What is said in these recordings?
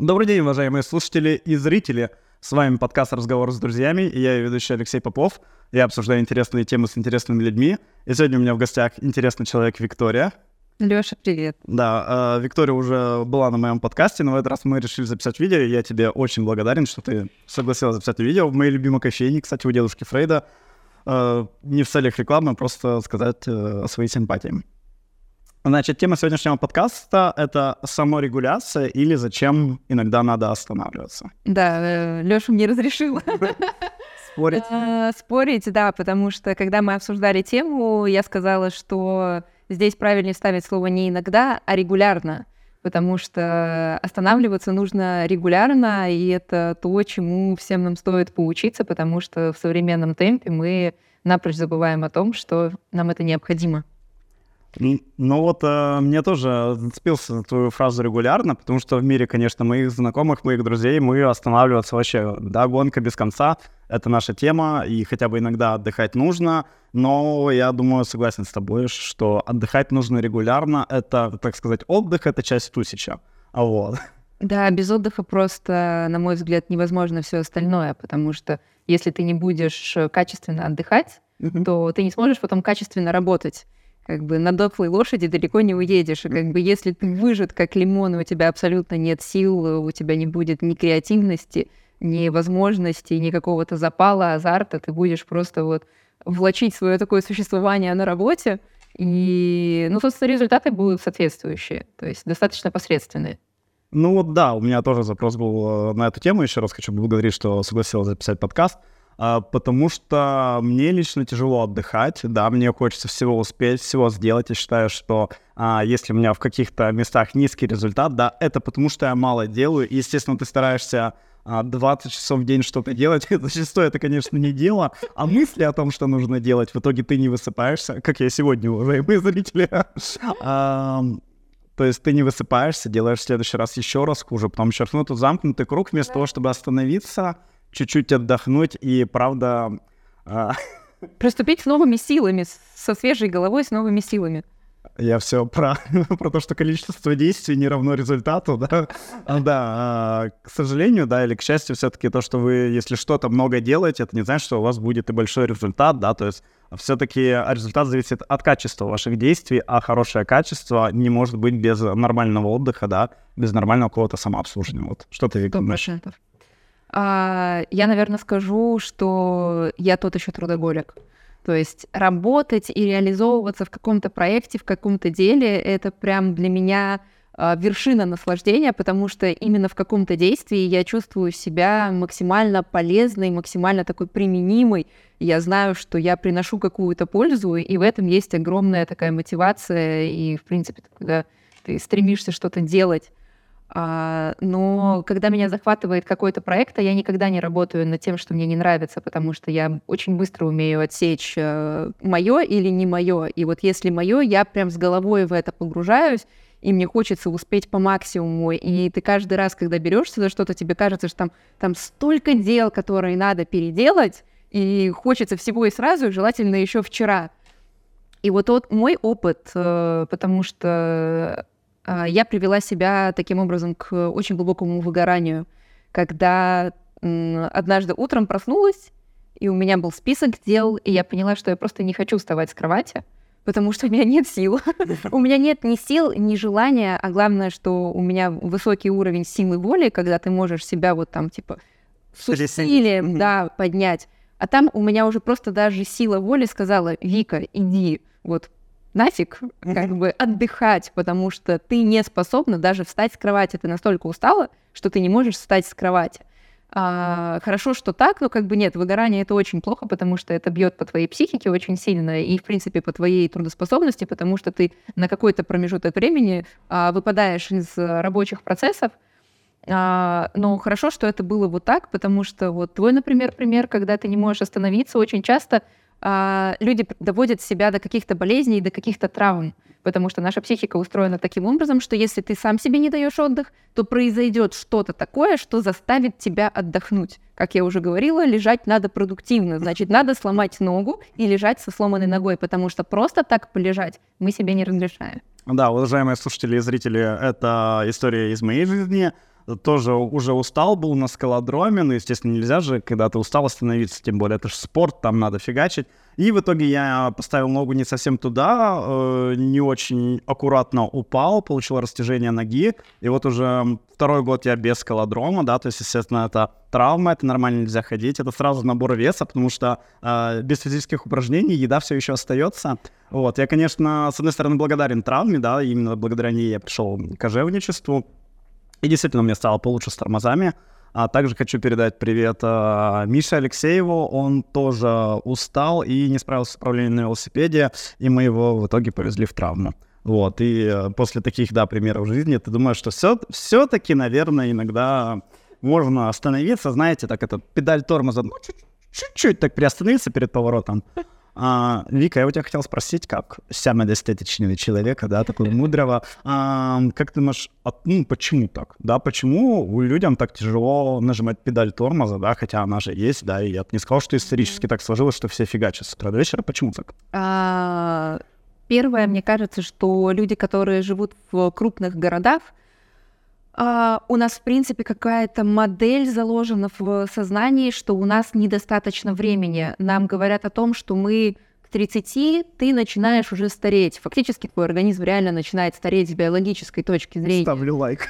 Добрый день, уважаемые слушатели и зрители. С вами подкаст «Разговор с друзьями», и я ведущий Алексей Попов. Я обсуждаю интересные темы с интересными людьми. И сегодня у меня в гостях интересный человек Виктория. Лёша, привет. Да, Виктория уже была на моем подкасте, но в этот раз мы решили записать видео, и я тебе очень благодарен, что ты согласилась записать видео в моей любимой кофейне, кстати, у дедушки Фрейда. Не в целях рекламы, а просто сказать о своей симпатии. Значит, тема сегодняшнего подкаста — это саморегуляция или зачем иногда надо останавливаться. Да, Лёша мне разрешил Спорить? Спорить, да, потому что когда мы обсуждали тему, я сказала, что здесь правильнее ставить слово не иногда, а регулярно, потому что останавливаться нужно регулярно, и это то, чему всем нам стоит поучиться, потому что в современном темпе мы напрочь забываем о том, что нам это необходимо. Ну вот мне тоже зацепился за твою фразу «регулярно», потому что в мире, конечно, моих знакомых, моих друзей, мы останавливаться вообще, да, гонка без конца, это наша тема, и хотя бы иногда отдыхать нужно, но я думаю, согласен с тобой, что отдыхать нужно регулярно, это, так сказать, отдых, это часть тусича, вот. Да, без отдыха просто, на мой взгляд, невозможно все остальное, потому что если ты не будешь качественно отдыхать, то ты не сможешь потом качественно работать. Как бы на дохлой лошади далеко не уедешь. И как бы если ты выжат как лимон, и у тебя абсолютно нет сил, у тебя не будет ни креативности, ни возможностей, ни какого-то запала, азарта, ты будешь просто вот влачить свое такое существование на работе, и, ну, собственно, результаты будут соответствующие, то есть достаточно посредственные. Ну вот да, у меня тоже запрос был на эту тему. Еще раз хочу поблагодарить, что согласилась записать подкаст. Потому что мне лично тяжело отдыхать, да, мне хочется всего успеть, всего сделать. Я считаю, что если у меня в каких-то местах низкий результат, да, это потому что я мало делаю. И, естественно, ты стараешься 20 часов в день что-то делать. Зачастую это, конечно, не дело, а мысли о том, что нужно делать, в итоге ты не высыпаешься, как я сегодня, уважаемые зрители. То есть ты не высыпаешься, делаешь в следующий раз еще раз хуже, потом черкнуть тут замкнутый круг вместо того, чтобы остановиться, чуть-чуть отдохнуть и, правда... Приступить с новыми силами, со свежей головой, с новыми силами. Я все про то, что количество действий не равно результату, да? Да, к сожалению, да, или к счастью, все-таки то, что вы, если что-то много делаете, это не значит, что у вас будет и большой результат, да, то есть все-таки результат зависит от качества ваших действий, а хорошее качество не может быть без нормального отдыха, да, без нормального какого-то самообслуживания. Вот что ты думаешь? 100%. Я, наверное, скажу, что я тот еще трудоголик. То есть работать и реализовываться в каком-то проекте, в каком-то деле — это прям для меня вершина наслаждения, потому что именно в каком-то действии я чувствую себя максимально полезной, максимально такой применимой. Я знаю, что я приношу какую-то пользу, и в этом есть огромная такая мотивация, и, в принципе, когда ты стремишься что-то делать. Но когда меня захватывает какой-то проект, я никогда не работаю над тем, что мне не нравится, потому что я очень быстро умею отсечь мое или не мое. И вот если мое, я прям с головой в это погружаюсь, и мне хочется успеть по максимуму. И ты каждый раз, когда берешься за что-то, тебе кажется, что там столько дел, которые надо переделать, и хочется всего и сразу, и желательно еще вчера. И вот мой опыт, потому что я привела себя таким образом к очень глубокому выгоранию, когда однажды утром проснулась, и у меня был список дел, и я поняла, что я просто не хочу вставать с кровати, потому что у меня нет сил. У меня нет ни сил, ни желания, а главное, что у меня высокий уровень силы воли, когда ты можешь себя вот там типа с усилием, да, поднять. А там у меня уже просто даже сила воли сказала: Вика, иди, вот нафиг, как бы отдыхать, потому что ты не способна даже встать с кровати. Ты настолько устала, что ты не можешь встать с кровати. Хорошо, что так, но как бы нет, выгорание — это очень плохо, потому что это бьет по твоей психике очень сильно и, в принципе, по твоей трудоспособности, потому что ты на какой-то промежуток времени выпадаешь из рабочих процессов. Но хорошо, что это было вот так, потому что вот твой, например, пример, когда ты не можешь остановиться, очень часто люди доводят себя до каких-то болезней, до каких-то травм, потому что наша психика устроена таким образом, что если ты сам себе не даешь отдых, то произойдет что-то такое, что заставит тебя отдохнуть. Как я уже говорила, лежать надо продуктивно, значит, надо сломать ногу и лежать со сломанной ногой, потому что просто так полежать мы себе не разрешаем. Да, уважаемые слушатели и зрители, это история из моей жизни. тоже уже устал был на скалодроме, ну, естественно, нельзя же, когда ты устал, остановиться, тем более это же спорт, там надо фигачить. И в итоге я поставил ногу не совсем туда, не очень аккуратно упал, получил растяжение ноги, и вот уже второй год я без скалодрома, да, то есть, естественно, это травма, это нормально нельзя ходить, это сразу набор веса, потому что без физических упражнений еда все еще остается. Вот, я, конечно, с одной стороны, благодарен травме, да, именно благодаря ней я пришел к кожевничеству, и действительно мне стало получше с тормозами. А также хочу передать привет Мише Алексееву, он тоже устал и не справился с управлением на велосипеде, и мы его в итоге повезли в травму. Вот, и после таких, да, примеров жизни ты думаешь, что все-таки, наверное, иногда можно остановиться, знаете, так это, педаль тормоза, ну, чуть-чуть так приостановиться перед поворотом. Вика, я у тебя хотел спросить, как самодостаточного человека, да, такого мудрого, как ты думаешь, почему так, да, почему людям так тяжело нажимать педаль тормоза, да, хотя она же есть, да, и я бы не сказал, что исторически так сложилось, что все фигачат с утра до вечера, почему так? Первое, мне кажется, что люди, которые живут в крупных городах, у нас, в принципе, какая-то модель заложена в сознании, что у нас недостаточно времени. Нам говорят о том, что мы к 30 ты начинаешь уже стареть. Фактически твой организм реально начинает стареть с биологической точки зрения. Ставлю лайк.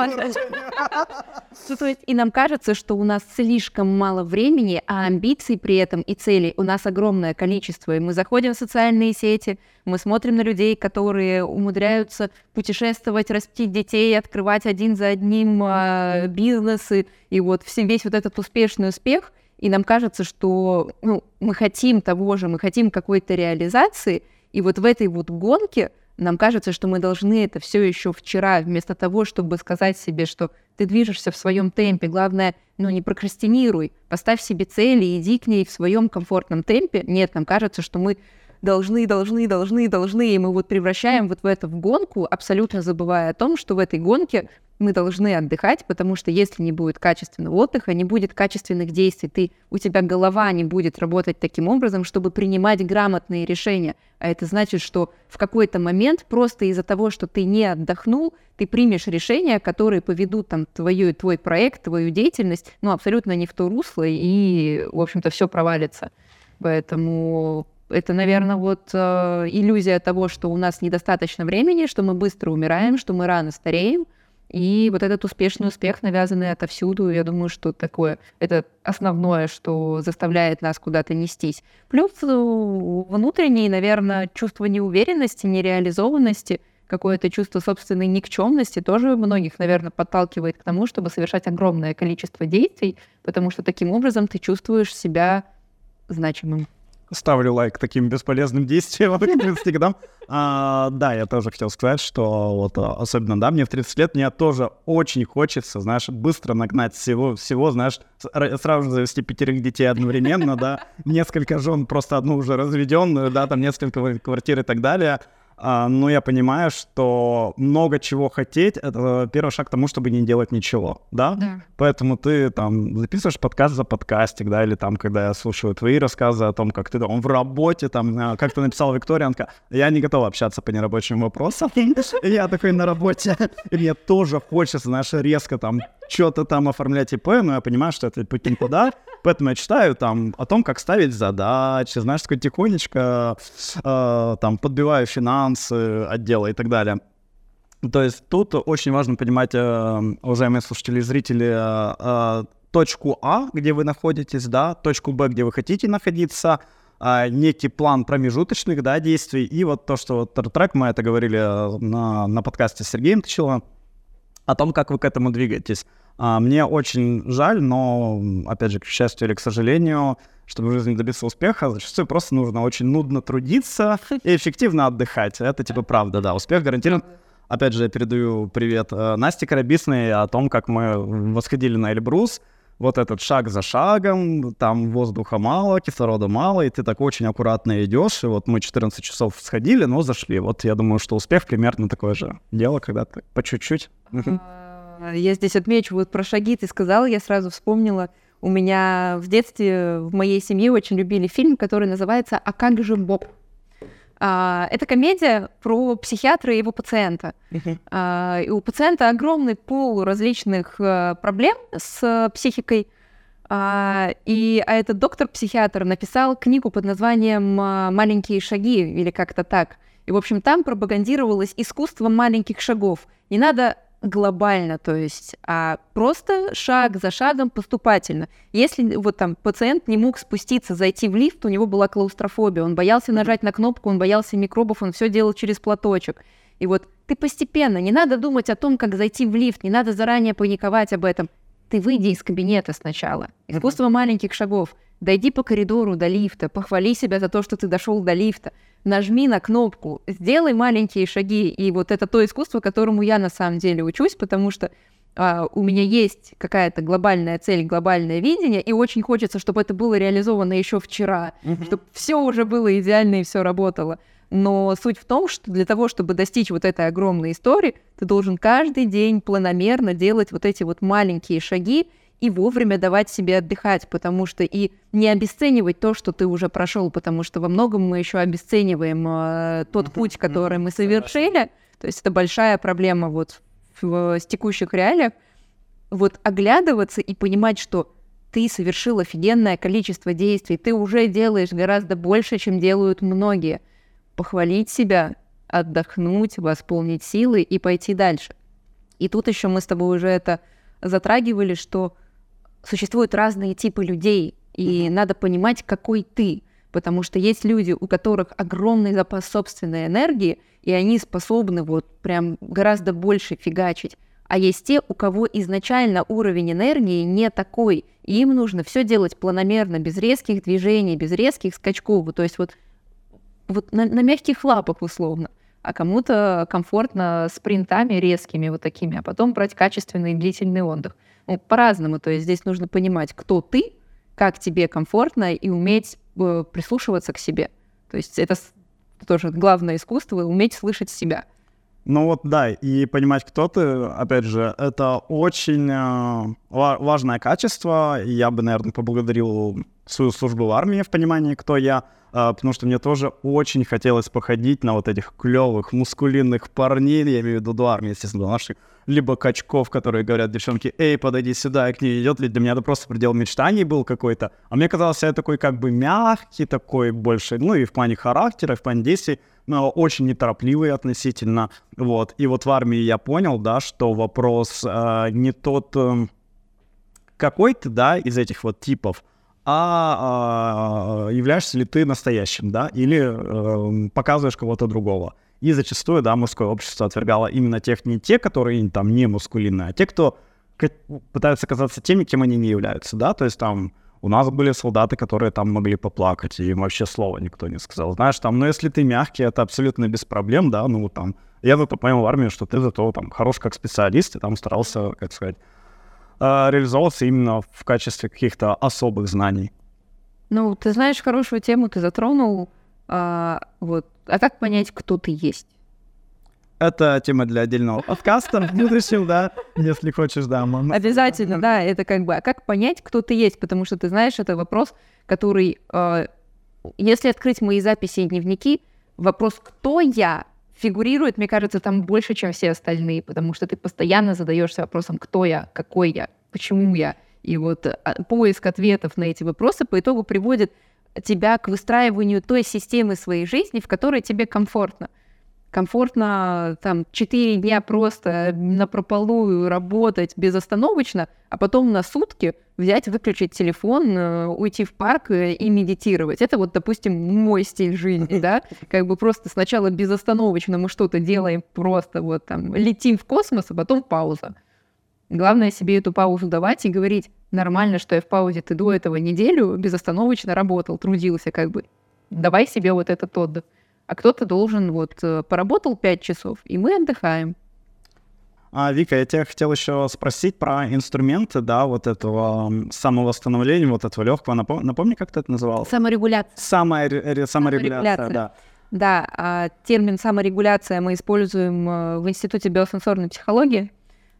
То есть, и нам кажется, что у нас слишком мало времени, а амбиций при этом и целей у нас огромное количество. И мы заходим в социальные сети, мы смотрим на людей, которые умудряются путешествовать, растить детей, открывать один за одним бизнесы, и вот весь вот этот успешный успех, и нам кажется, что мы хотим того же, мы хотим какой-то реализации, и вот в этой вот гонке нам кажется, что мы должны это все еще вчера, вместо того, чтобы сказать себе, что ты движешься в своем темпе, главное, не прокрастинируй, поставь себе цели и иди к ней в своем комфортном темпе. Нет, нам кажется, что мы должны, и мы вот превращаем вот в это в гонку, абсолютно забывая о том, что в этой гонке мы должны отдыхать, потому что если не будет качественного отдыха, не будет качественных действий, у тебя голова не будет работать таким образом, чтобы принимать грамотные решения. А это значит, что в какой-то момент просто из-за того, что ты не отдохнул, ты примешь решения, которые поведут там твой проект, твою деятельность, абсолютно не в то русло, и, в общем-то, все провалится. Поэтому это, наверное, иллюзия того, что у нас недостаточно времени, что мы быстро умираем, что мы рано стареем. И вот этот успешный успех, навязанный отовсюду, я думаю, что это основное, что заставляет нас куда-то нестись. Плюс внутреннее, наверное, чувство неуверенности, нереализованности, какое-то чувство собственной никчемности тоже многих, наверное, подталкивает к тому, чтобы совершать огромное количество действий, потому что таким образом ты чувствуешь себя значимым. Ставлю лайк таким бесполезным действиям к 30 годам. Да, я тоже хотел сказать, что особенно, да, мне в 30 лет, мне тоже очень хочется, знаешь, быстро нагнать всего, знаешь, сразу же завести 5 детей одновременно, да, несколько жен, просто одну уже разведенную, да, там несколько квартир и так далее. Но я понимаю, что много чего хотеть — это первый шаг к тому, чтобы не делать ничего, да? Да. Поэтому ты там записываешь подкаст за подкастик, да, или там, когда я слушаю твои рассказы о том, как ты там в работе, там, как ты написала Викторианка, я не готова общаться по нерабочим вопросам, я такой на работе, и мне тоже хочется, знаешь, резко там что-то там оформлять ИП, но я понимаю, что это путь никуда, поэтому я читаю там о том, как ставить задачи, знаешь, такой тихонечко там подбиваю финансы отдела и так далее. То есть тут очень важно понимать, уважаемые слушатели и зрители, точку А, где вы находитесь, да, точку Б, где вы хотите находиться, некий план промежуточных, да, действий, и вот то, что трек, мы это говорили на подкасте с Сергеем Точило, о том, как вы к этому двигаетесь. Мне очень жаль, но, опять же, к счастью или к сожалению, чтобы в жизни добиться успеха, зачастую просто нужно очень нудно трудиться и эффективно отдыхать. Это типа правда, да, успех гарантирован. Опять же, я передаю привет Насте Коробисной о том, как мы восходили на Эльбрус. Вот этот шаг за шагом, там воздуха мало, кислорода мало, и ты так очень аккуратно идешь. И вот мы 14 часов сходили, но зашли. Вот я думаю, что успех примерно такое же дело, когда ты по чуть-чуть. Я здесь отмечу, вот про шаги ты сказала, я сразу вспомнила. У меня в детстве в моей семье очень любили фильм, который называется «А как же Боб?». Это комедия про психиатра и его пациента. И у пациента огромный пул различных проблем с психикой. И этот доктор-психиатр написал книгу под названием «Маленькие шаги» или как-то так. И, в общем, там пропагандировалось искусство маленьких шагов. Не надо глобально, то есть, а просто шаг за шагом поступательно. Если вот там пациент не мог спуститься, зайти в лифт, у него была клаустрофобия, он боялся нажать на кнопку, он боялся микробов, он все делал через платочек. И вот ты постепенно, не надо думать о том, как зайти в лифт, не надо заранее паниковать об этом. Ты выйди из кабинета сначала. Искусство маленьких шагов. Дойди по коридору до лифта, похвали себя за то, что ты дошел до лифта. Нажми на кнопку, сделай маленькие шаги. И вот это то искусство, которому я на самом деле учусь, потому что у меня есть какая-то глобальная цель, глобальное видение, и очень хочется, чтобы это было реализовано еще вчера, чтобы все уже было идеально и все работало. Но суть в том, что для того, чтобы достичь вот этой огромной истории, ты должен каждый день планомерно делать вот эти вот маленькие шаги и вовремя давать себе отдыхать, потому что и не обесценивать то, что ты уже прошел, потому что во многом мы еще обесцениваем тот путь, который мы совершили. То есть это большая проблема вот в текущих реалиях. Вот оглядываться и понимать, что ты совершил офигенное количество действий, ты уже делаешь гораздо больше, чем делают многие. Похвалить себя, отдохнуть, восполнить силы и пойти дальше. И тут еще мы с тобой уже это затрагивали, что существуют разные типы людей, и надо понимать, какой ты. Потому что есть люди, у которых огромный запас собственной энергии, и они способны вот прям гораздо больше фигачить. А есть те, у кого изначально уровень энергии не такой, и им нужно все делать планомерно, без резких движений, без резких скачков. То есть вот на мягких лапах условно. А кому-то комфортно спринтами резкими вот такими, а потом брать качественный длительный отдых. По-разному. То есть здесь нужно понимать, кто ты, как тебе комфортно, и уметь прислушиваться к себе. То есть это тоже главное искусство — уметь слышать себя. Ну вот да, и понимать, кто ты, опять же, это очень важное качество. И я бы, наверное, поблагодарил свою службу в армии в понимании, кто я, потому что мне тоже очень хотелось походить на вот этих клевых, мускулинных парней, я имею в виду до армии, естественно, наших, либо качков, которые говорят девчонки: «Эй, подойди сюда», и к ней идет. Для меня это просто предел мечтаний был какой-то. А мне казалось, я такой как бы мягкий, такой больше, ну и в плане характера, и в плане действий, но очень неторопливый относительно. Вот. И вот в армии я понял, да, что вопрос не тот, какой ты, да, из этих вот типов, а являешься ли ты настоящим, да, или показываешь кого-то другого. И зачастую, да, мужское общество отвергало именно тех, не те, которые там не мускулинные, а те, кто пытаются казаться теми, кем они не являются, да, то есть там у нас были солдаты, которые там могли поплакать, и им вообще слова никто не сказал. Знаешь, там, ну, если ты мягкий, это абсолютно без проблем, да, ну, там, я зато понял в армии, что ты зато там хорош как специалист, и там старался, как сказать, реализовываться именно в качестве каких-то особых знаний. Ну, ты знаешь, хорошую тему ты затронул. Вот. А как понять, кто ты есть? Это тема для отдельного подкаста в будущем, да, если хочешь, да. Обязательно, да, это как бы, а как понять, кто ты есть? Потому что, ты знаешь, это вопрос, который, если открыть мои записи и дневники, вопрос «кто я?» фигурирует, мне кажется, там больше, чем все остальные, потому что ты постоянно задаешься вопросом «кто я?», «какой я?», «почему я?». И вот поиск ответов на эти вопросы по итогу приводит тебя к выстраиванию той системы своей жизни, в которой тебе комфортно. Комфортно там 4 дня просто напропалую работать безостановочно, а потом на сутки взять, выключить телефон, уйти в парк и медитировать. Это вот, допустим, мой стиль жизни, да? Как бы просто сначала безостановочно мы что-то делаем, просто вот там летим в космос, а потом пауза. Главное себе эту паузу давать и говорить: нормально, что я в паузе, ты до этого неделю безостановочно работал, трудился как бы. Давай себе вот этот отдых. А кто-то должен вот поработал 5 часов, и мы отдыхаем. Вика, я тебя хотел еще спросить про инструменты, да, вот этого самовосстановления, вот этого легкого. Напомни, как ты это называл? Саморегуляция. Саморегуляция, да. Да, термин саморегуляция мы используем в Институте биосенсорной психологии.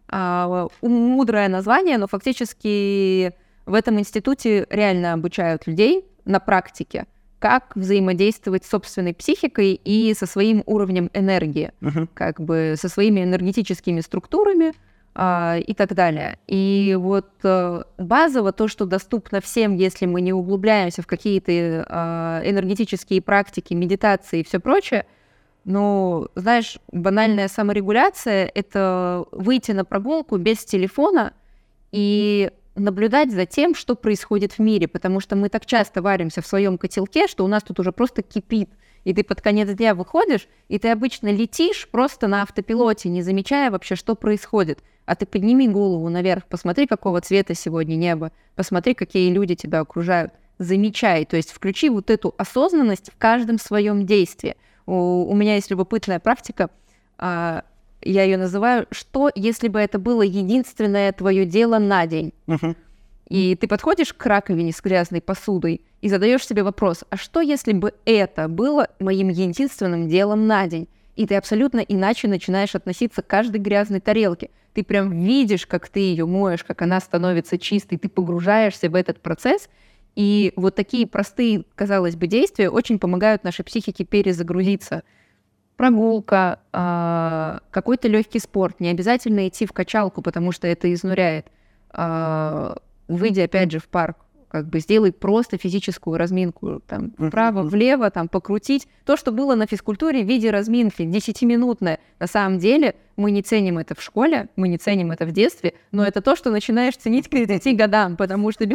Мудрое название, но фактически в этом институте реально обучают людей на практике как взаимодействовать с собственной психикой и со своим уровнем энергии, как бы со своими энергетическими структурами и так далее. И вот базово то, что доступно всем, если мы не углубляемся в какие-то энергетические практики, медитации и все прочее, ну, знаешь, банальная саморегуляция — это выйти на прогулку без телефона и наблюдать за тем, что происходит в мире, потому что мы так часто варимся в своем котелке, что у нас тут уже просто кипит, и ты под конец дня выходишь, и ты обычно летишь просто на автопилоте, не замечая вообще, что происходит. А ты подними голову наверх, посмотри, какого цвета сегодня небо, посмотри, какие люди тебя окружают, замечай, то есть включи вот эту осознанность в каждом своем действии. У меня есть любопытная практика, я ее называю «Что, если бы это было единственное твое дело на день?» И ты подходишь к раковине с грязной посудой и задаешь себе вопрос, а что, если бы это было моим единственным делом на день? И ты абсолютно иначе начинаешь относиться к каждой грязной тарелке. Ты прям видишь, как ты ее моешь, как она становится чистой, ты погружаешься в этот процесс. И вот такие простые, казалось бы, действия очень помогают нашей психике перезагрузиться. Прогулка, какой-то легкий спорт, не обязательно идти в качалку, потому что это изнуряет. Выйди опять же в парк, как бы сделай просто физическую разминку, там, вправо-влево, там, покрутить. То, что было на физкультуре в виде разминки, 10-минутная. На самом деле мы не ценим это в школе, мы не ценим это в детстве, но это то, что начинаешь ценить к 30 годам, потому что...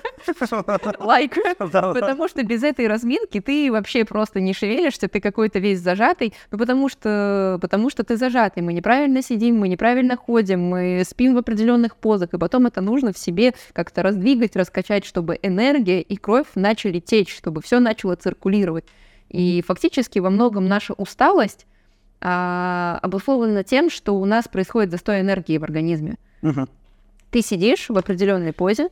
Потому что без этой разминки ты вообще просто не шевелишься, ты какой-то весь зажатый, потому что ты зажатый. Мы неправильно сидим, мы неправильно ходим, мы спим в определенных позах, и потом это нужно в себе как-то раздвигать, раскачать, чтобы энергия и кровь начали течь, чтобы все начало циркулировать. И фактически во многом наша усталость обусловлена тем, что у нас происходит застой энергии в организме. Ты сидишь в определенной позе,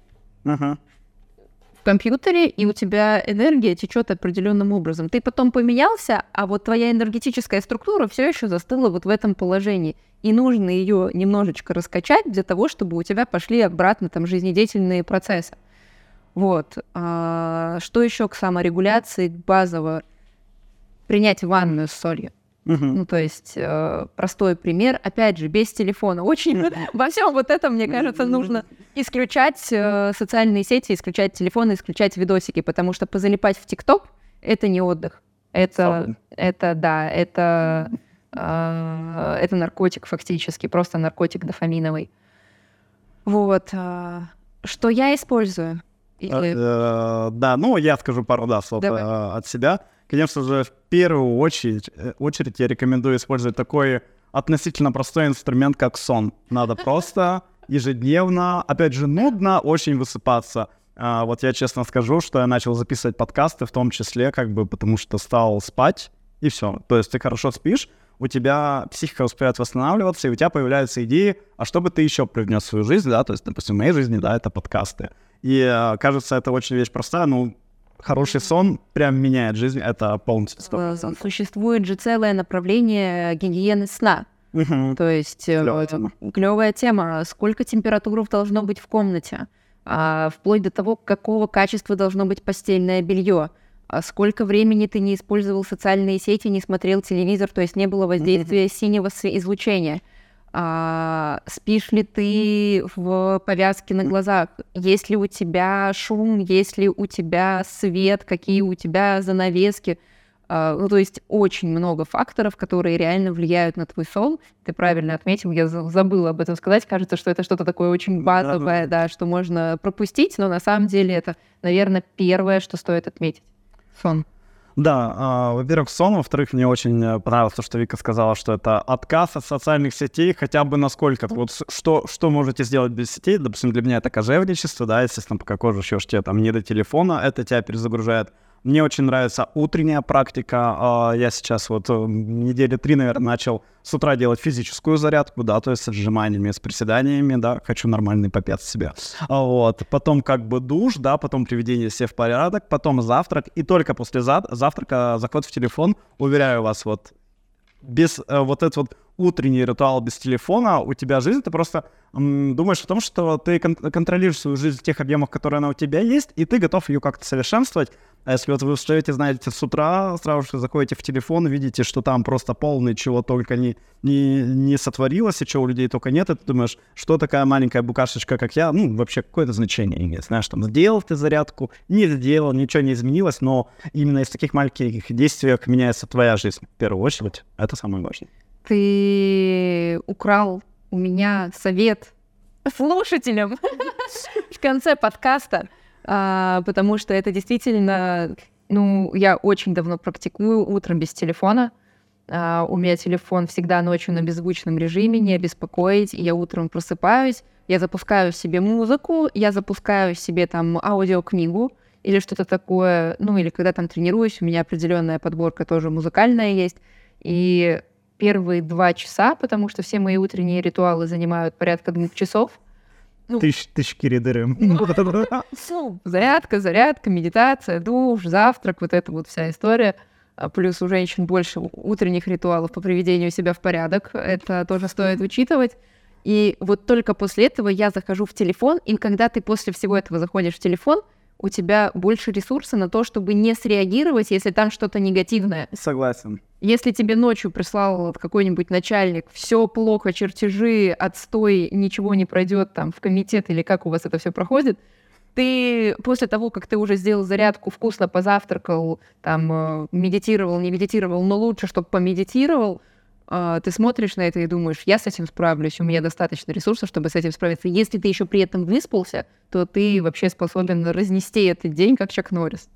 в компьютере, и у тебя энергия течет определенным образом. Ты потом поменялся, а вот твоя энергетическая структура все еще застыла вот в этом положении. И нужно ее немножечко раскачать для того, чтобы у тебя пошли обратно там жизнедеятельные процессы. Вот. Что еще к саморегуляции базово? Принять ванную с солью. Ну, то есть простой пример, опять же, без телефона. Очень во всем вот этом, мне кажется, нужно исключать социальные сети, исключать телефоны, исключать видосики, потому что позалипать в ТикТок — это не отдых. Это наркотик фактически, просто наркотик дофаминовый. Вот. Что я использую? Да, ну, я скажу пару слов от себя. Конечно же, в первую очередь я рекомендую использовать такой относительно простой инструмент, как сон. Надо просто ежедневно, опять же, нудно очень высыпаться. Вот я честно скажу, что я начал записывать подкасты, в том числе, как бы, потому что стал спать, и все. То есть ты хорошо спишь, у тебя психика успевает восстанавливаться, и у тебя появляются идеи, а что бы ты еще привнес в свою жизнь, да, то есть, допустим, в моей жизни, да, это подкасты. И кажется, это очень вещь простая, но хороший сон прям меняет жизнь, это полностью 100%. Существует же целое направление гигиены сна. То есть клевая тема. Сколько температур должно быть в комнате, вплоть до того, какого качества должно быть постельное белье, сколько времени ты не использовал социальные сети, не смотрел телевизор, то есть не было воздействия синего излучения. Спишь ли ты в повязке на глазах? Есть ли у тебя шум? Есть ли у тебя свет? Какие у тебя занавески? Ну, то есть очень много факторов, которые реально влияют на твой сон. Ты правильно отметил, я забыла об этом сказать. Кажется, что это что-то такое очень базовое, да, что можно пропустить, но на самом деле это, наверное, первое, что стоит отметить. Сон. Да, во-первых, сон, во-вторых, мне очень понравилось то, что Вика сказала, что это отказ от социальных сетей, хотя бы насколько. Вот что можете сделать без сетей? Допустим, для меня это кожевничество, да, естественно, пока кожу шьешь, тебе там не до телефона, это тебя перезагружает. Мне очень нравится утренняя практика. Я сейчас вот недели 3, наверное, начал с утра делать физическую зарядку, да, то есть с отжиманиями, с приседаниями, да, хочу нормальный попец себе. Вот. Потом как бы душ, да, потом приведение себя в порядок, потом завтрак, и только после завтрака заход в телефон, уверяю вас, вот без вот этот вот утренний ритуал без телефона, у тебя жизнь, ты просто думаешь о том, что ты контролируешь свою жизнь в тех объемах, которые она у тебя есть, и ты готов ее как-то совершенствовать. А если вот вы встаете, знаете, с утра, сразу же заходите в телефон, видите, что там просто полный, чего только не сотворилось, и чего у людей только нет, и ты думаешь, что такая маленькая букашечка, как я, вообще какое-то значение имеет. Знаешь, там, сделал ты зарядку, не сделал, ничего не изменилось, но именно из таких маленьких действий меняется твоя жизнь. В первую очередь, это самое важное. Ты украл у меня совет слушателям в конце подкаста, потому что это действительно, я очень давно практикую утром без телефона. У меня телефон всегда ночью на беззвучном режиме, не беспокоить. Я утром просыпаюсь, я запускаю себе музыку, я запускаю себе там аудиокнигу или что-то такое, или когда там тренируюсь, у меня определенная подборка тоже музыкальная есть. И первые 2 часа, потому что все мои утренние ритуалы занимают порядка 2 часов. Тысячки ридеры. Зарядка, медитация, душ, завтрак, вот эта вот вся история. Плюс у женщин больше утренних ритуалов по приведению себя в порядок. Это тоже стоит учитывать. И вот только после этого я захожу в телефон, и когда ты после всего этого заходишь в телефон, у тебя больше ресурса на то, чтобы не среагировать, если там что-то негативное. Согласен. Если тебе ночью прислал какой-нибудь начальник, все плохо, чертежи, отстой, ничего не пройдет там в комитет или как у вас это все проходит, ты после того, как ты уже сделал зарядку, вкусно позавтракал, там медитировал, не медитировал, но лучше, чтобы помедитировал, ты смотришь на это и думаешь, я с этим справлюсь, у меня достаточно ресурсов, чтобы с этим справиться. Если ты еще при этом выспался, то ты вообще способен разнести этот день, как Чак Норрис.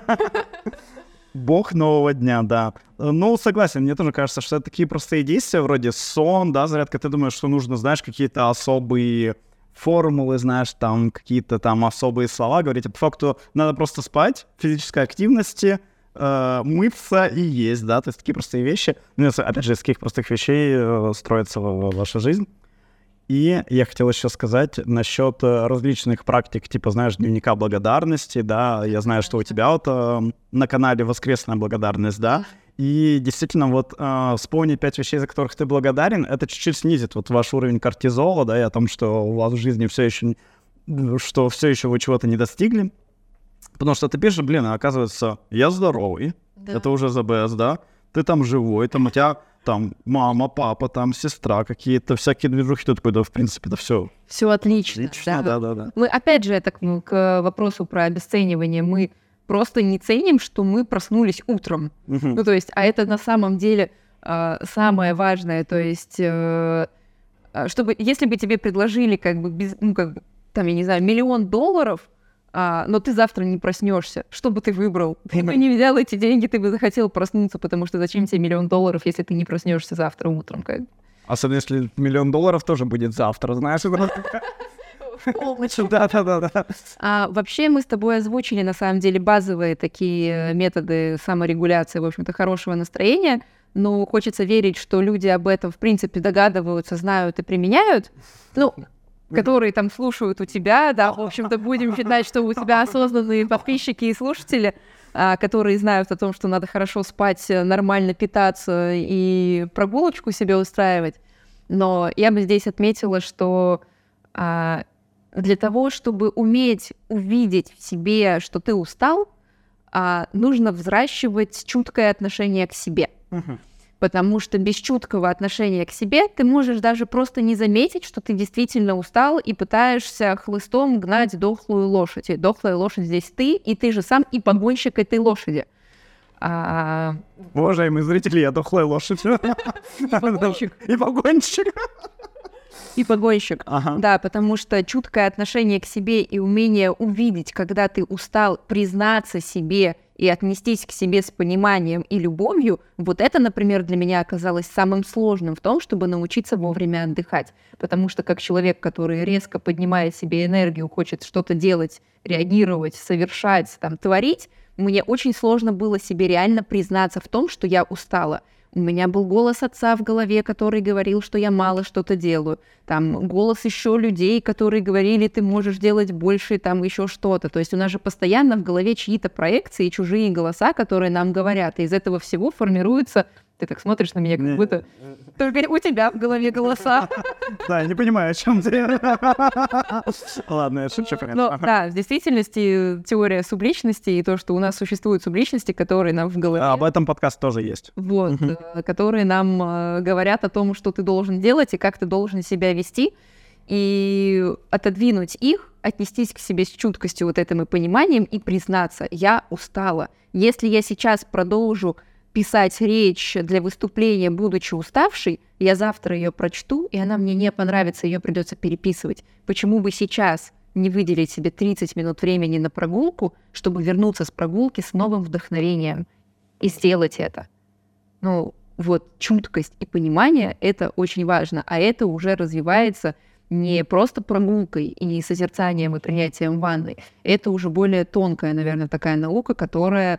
Бог нового дня, да. Согласен, мне тоже кажется, что это такие простые действия, вроде сон, да, зарядка. Ты думаешь, что нужно, знаешь, какие-то особые формулы, знаешь, там какие-то там особые слова говорить. А по факту надо просто спать, физической активности, мыться и есть, да, то есть такие простые вещи. Опять же, из каких простых вещей строится ваша жизнь. И я хотел еще сказать насчет различных практик, типа, знаешь, дневника благодарности, да, я знаю, что у тебя вот на канале «Воскресная благодарность», да, и действительно вот вспомнить 5 вещей, за которых ты благодарен, это чуть-чуть снизит вот ваш уровень кортизола, да, и о том, что у вас в жизни все еще вы чего-то не достигли. Потому что ты пишешь, оказывается, я здоровый, да. Это уже the best, да, ты там живой, там у тебя там мама, папа, там сестра, какие-то всякие движухи, ты такой, да, в принципе, это все. Все отлично. Да. Мы, опять же, это к вопросу про обесценивание, мы просто не ценим, что мы проснулись утром. То есть, а это на самом деле самое важное, то есть, чтобы, если бы тебе предложили, я не знаю, $1 миллион, но ты завтра не проснешься. Что бы ты выбрал? Ты бы не взял эти деньги, ты бы захотел проснуться, потому что зачем тебе $1 миллион, если ты не проснешься завтра утром? Особенно если $1 миллион тоже будет завтра, знаешь? Да. Вообще мы с тобой озвучили, на самом деле, базовые такие методы саморегуляции, в общем-то, хорошего настроения, но хочется верить, что люди об этом, в принципе, догадываются, знают и применяют. Которые там слушают у тебя, да, в общем-то, будем считать, что у тебя осознанные подписчики и слушатели, которые знают о том, что надо хорошо спать, нормально питаться и прогулочку себе устраивать. Но я бы здесь отметила, что для того, чтобы уметь увидеть в себе, что ты устал, нужно взращивать чуткое отношение к себе. Потому что без чуткого отношения к себе ты можешь даже просто не заметить, что ты действительно устал и пытаешься хлыстом гнать дохлую лошадь. И дохлая лошадь здесь ты, и ты же сам и погонщик этой лошади. Уважаемые зрители, я дохлая лошадь. И погонщик. И погонщик. Ага. Да, потому что чуткое отношение к себе и умение увидеть, когда ты устал, признаться себе и отнестись к себе с пониманием и любовью, вот это, например, для меня оказалось самым сложным в том, чтобы научиться вовремя отдыхать. Потому что как человек, который резко поднимает себе энергию, хочет что-то делать, реагировать, совершать, творить, мне очень сложно было себе реально признаться в том, что я устала. У меня был голос отца в голове, который говорил, что я мало что-то делаю. Голос еще людей, которые говорили, ты можешь делать больше, еще что-то. То есть у нас же постоянно в голове чьи-то проекции, чужие голоса, которые нам говорят. И из этого всего формируется Ты так смотришь на меня, как будто только у тебя в голове голоса. Да, я не понимаю, о чем ты. Ладно, я шучу. Но да, в действительности теория субличности и то, что у нас существуют субличности, которые нам в голове... Об этом подкаст тоже есть. Вот, которые нам говорят о том, что ты должен делать и как ты должен себя вести, и отодвинуть их, отнестись к себе с чуткостью вот этим и пониманием и признаться: я устала. Если я сейчас продолжу писать речь для выступления, будучи уставшей, я завтра ее прочту, и она мне не понравится, ее придется переписывать. Почему бы сейчас не выделить себе 30 минут времени на прогулку, чтобы вернуться с прогулки с новым вдохновением и сделать это? Ну, вот чуткость и понимание — это очень важно, а это уже развивается не просто прогулкой и созерцанием и принятием ванны. Это уже более тонкая, наверное, такая наука, которая,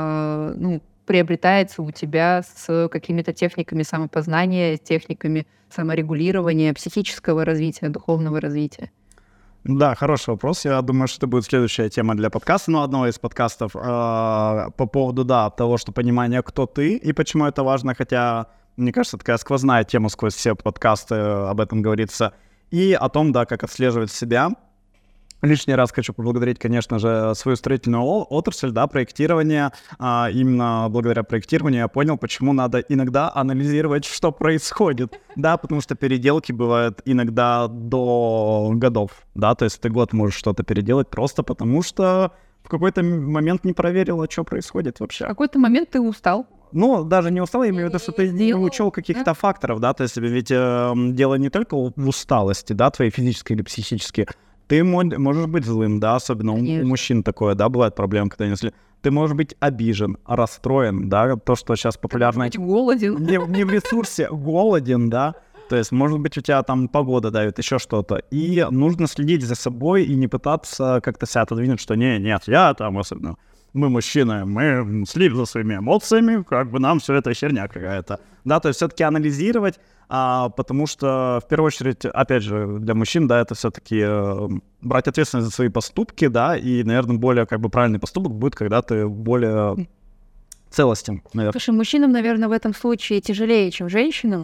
приобретается у тебя с какими-то техниками самопознания, техниками саморегулирования, психического развития, духовного развития. Да, хороший вопрос. Я думаю, что это будет следующая тема для подкаста, одного из подкастов по поводу, того, что понимание, кто ты и почему это важно, хотя, мне кажется, такая сквозная тема сквозь все подкасты об этом говорится, и о том, как отслеживать себя. Лишний раз хочу поблагодарить, конечно же, свою строительную отрасль, проектирование. Именно благодаря проектированию я понял, почему надо иногда анализировать, что происходит. Потому что переделки бывают иногда до годов. То есть ты год можешь что-то переделать просто потому, что в какой-то момент не проверила, что происходит вообще. В какой-то момент ты устал. Даже не устал, я имею в виду, что ты не учел каких-то факторов, то есть ведь дело не только в усталости, твоей физической или психической. Ты можешь быть злым, особенно у мужчин такое, бывает проблема, когда они злы. Ты можешь быть обижен, расстроен, то, что сейчас популярно. Ты можешь быть голоден. Не в ресурсе, голоден, то есть, может быть, у тебя там погода давит, еще что-то. И нужно следить за собой и не пытаться как-то себя отодвинуть, что нет, я там особенно... Мы мужчины, мы следим за своими эмоциями, нам все это херня какая-то. То есть все-таки анализировать, потому что, в первую очередь, опять же, для мужчин, это все-таки брать ответственность за свои поступки, и, наверное, более правильный поступок будет, когда ты более целостен, наверное. Слушай, мужчинам, наверное, в этом случае тяжелее, чем женщинам,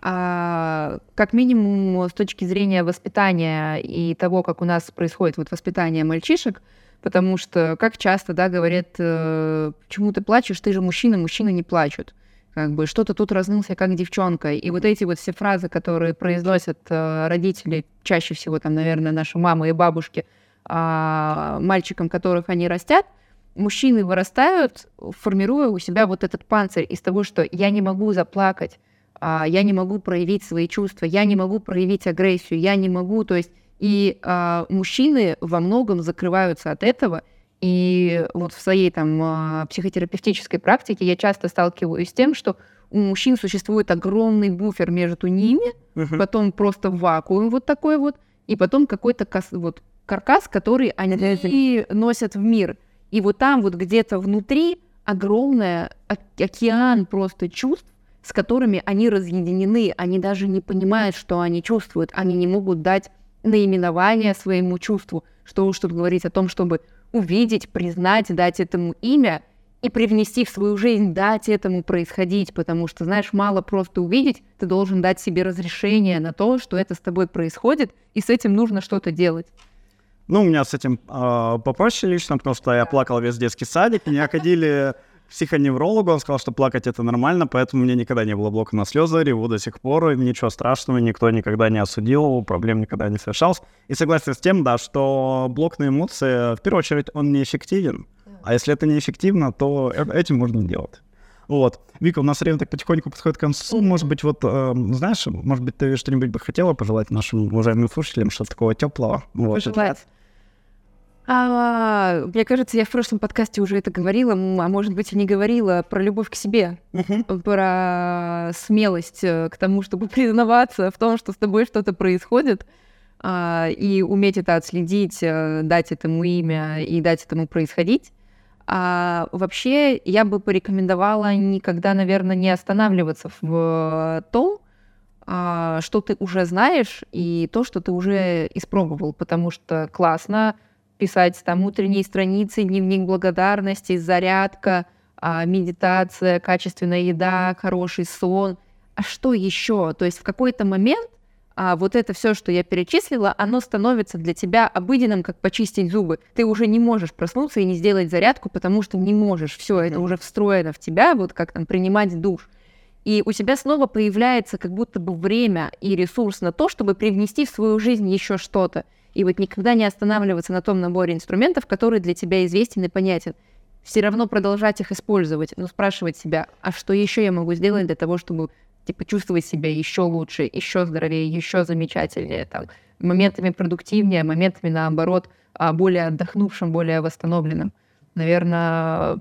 как минимум с точки зрения воспитания и того, как у нас происходит воспитание мальчишек, потому что, как часто, говорят, почему ты плачешь, ты же мужчина, мужчины не плачут. Что-то тут разнылся, как девчонка. И эти все фразы, которые произносят родители, чаще всего, наверное, наши мамы и бабушки, мальчикам, которых они растят, мужчины вырастают, формируя у себя этот панцирь из того, что я не могу заплакать, я не могу проявить свои чувства, я не могу проявить агрессию, я не могу, то есть и мужчины во многом закрываются от этого. И в своей психотерапевтической практике я часто сталкиваюсь с тем, что у мужчин существует огромный буфер между ними, потом просто вакуум такой и потом какой-то каркас, который они носят в мир. И там где-то внутри огромный океан просто чувств, с которыми они разъединены. Они даже не понимают, что они чувствуют. Они не могут дать наименование своему чувству, что уж тут говорить о том, чтобы увидеть, признать, дать этому имя и привнести в свою жизнь, дать этому происходить, потому что, знаешь, мало просто увидеть, ты должен дать себе разрешение на то, что это с тобой происходит, и с этим нужно что-то делать. У меня с этим попроще лично, потому что я плакал весь детский садик, меня ходили... психоневрологу, он сказал, что плакать это нормально, поэтому у меня никогда не было блока на слезы, реву до сих пор, и ничего страшного, никто никогда не осудил, проблем никогда не совершался. И согласен с тем, что блок на эмоции, в первую очередь, он неэффективен, а если это неэффективно, то этим можно делать. Вика, у нас время так потихоньку подходит к концу, может быть, знаешь, может быть, ты что-нибудь бы хотела пожелать нашим уважаемым слушателям, что-то такого теплого? Пожелать? Мне кажется, я в прошлом подкасте уже это говорила, а может быть и не говорила, про любовь к себе, про смелость к тому, чтобы признаваться в том, что с тобой что-то происходит, и уметь это отследить, дать этому имя и дать этому происходить. Вообще, я бы порекомендовала никогда, наверное, не останавливаться в том, что ты уже знаешь, и то, что ты уже испробовал, потому что классно писать утренние страницы, дневник благодарности, зарядка, медитация, качественная еда, хороший сон. А что еще? То есть в какой-то момент вот это все, что я перечислила, оно становится для тебя обыденным, как почистить зубы. Ты уже не можешь проснуться и не сделать зарядку, потому что не можешь. Все, это уже встроено в тебя, вот как там принимать душ. И у тебя снова появляется как будто бы время и ресурс на то, чтобы привнести в свою жизнь еще что-то. И вот никогда не останавливаться на том наборе инструментов, который для тебя известен и понятен. Все равно продолжать их использовать, но спрашивать себя, а что еще я могу сделать для того, чтобы чувствовать себя еще лучше, еще здоровее, еще замечательнее, там, моментами продуктивнее, моментами, наоборот, более отдохнувшим, более восстановленным. Наверное,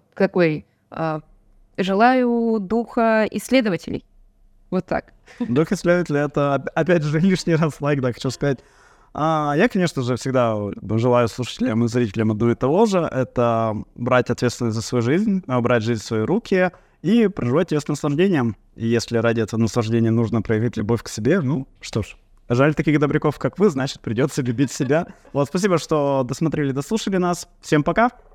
желаю духа исследователей. Вот так. Дух исследователя — это, опять же, лишний раз лайк, да, хочу сказать. Я, конечно же, всегда желаю слушателям и зрителям одно и того же. Это брать ответственность за свою жизнь, брать жизнь в свои руки и проживать ее с наслаждением. И если ради этого наслаждения нужно проявить любовь к себе, ну что ж, жаль таких добряков, как вы, значит, придется любить себя. Вот, спасибо, что досмотрели, дослушали нас. Всем пока!